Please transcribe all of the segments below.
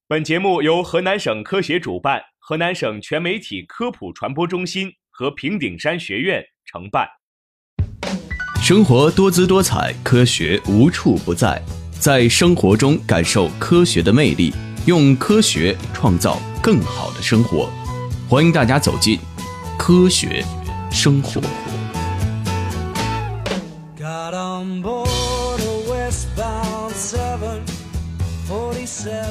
本节目由河南省科协主办，河南省全媒体科普传播中心和平顶山学院承办。 生活多姿多彩，科学无处不在，在生活中感受科学的魅力，用科学创造更好的生活。欢迎大家走进科学生活。 Got on board a westbound 747.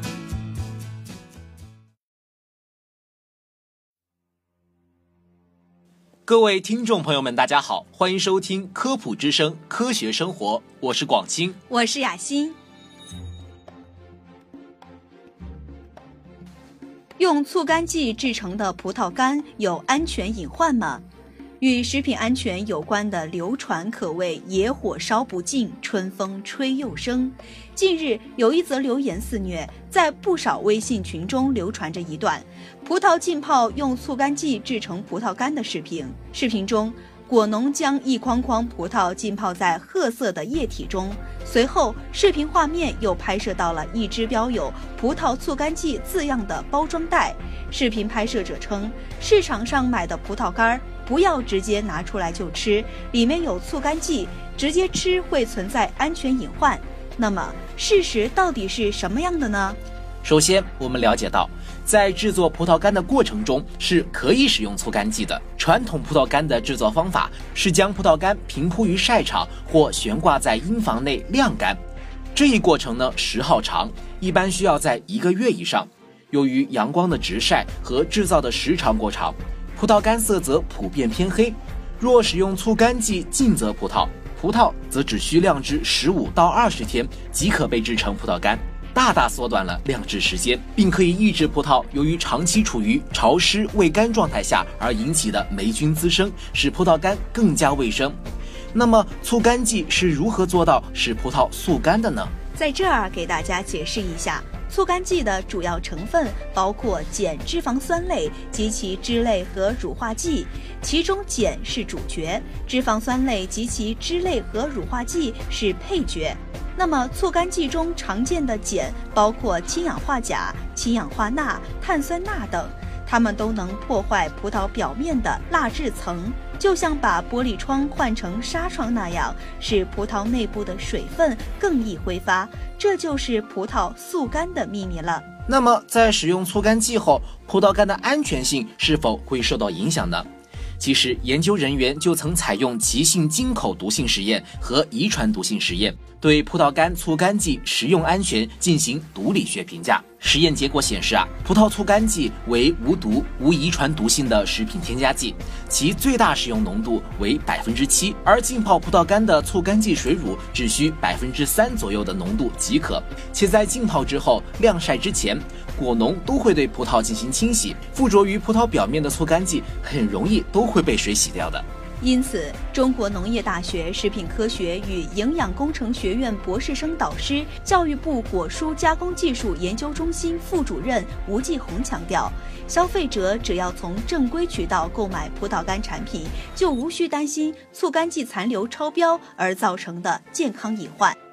各位听众朋友们，大家好，欢迎收听科普之声科学生活，我是广清， 我是雅欣。用醋干剂制成的葡萄干有安全隐患吗？与食品安全有关的流传可谓野火烧不尽，春风吹又生。近日有一则流言肆虐，在不少微信群中流传着一段葡萄浸泡用醋干剂制成葡萄干的视频。视频中，果农将一筐筐葡萄浸泡在褐色的液体中，随后视频画面又拍摄到了一只标有葡萄醋干剂字样的包装袋。视频拍摄者称，市场上买的葡萄干不要直接拿出来就吃，里面有醋干剂，直接吃会存在安全隐患。那么事实到底是什么样的呢？ 首先我们了解到，在制作葡萄干的过程中是可以使用醋干剂的。传统葡萄干的制作方法是将葡萄干平铺于晒场或悬挂在阴房内晾干，这一过程呢时耗长，一般需要在1个月以上。由于阳光的直晒和制造的时长过长，葡萄干色泽普遍偏黑。若使用醋干剂浸渍葡萄则只需晾制15到20天即可被制成葡萄干，大大缩短了晾制时间，并可以抑制葡萄由于长期处于潮湿未干状态下而引起的霉菌滋生，使葡萄干更加卫生。那么醋干剂是如何做到使葡萄速干的呢？ 在这儿给大家解释一下，醋干剂的主要成分包括碱脂肪酸类及其脂类和乳化剂，其中碱是主角，脂肪酸类及其脂类和乳化剂是配角。那么醋干剂中常见的碱包括氢氧化钾、氢氧化钠、碳酸钠等，它们都能破坏葡萄表面的蜡质层，就像把玻璃窗换成纱窗那样，使葡萄内部的水分更易挥发，这就是葡萄速干的秘密了。 那么在使用醋干剂后，葡萄干的安全性是否会受到影响呢？其实研究人员就曾采用急性金口毒性实验和遗传毒性实验，对葡萄干醋干剂食用安全进行毒理学评价。实验结果显示葡萄醋干剂为无毒、无遗传毒性的食品添加剂，其最大使用浓度为7%，而浸泡葡萄干的醋干剂水乳只需3%左右的浓度即可。且在浸泡之后、晾晒之前，果农都会对葡萄进行清洗，附着于葡萄表面的醋干剂很容易都会被水洗掉的。 因此，中国农业大学食品科学与营养工程学院博士生导师、教育部果蔬加工技术研究中心副主任吴继红强调，消费者只要从正规渠道购买葡萄干产品，就无需担心醋干剂残留超标而造成的健康隐患。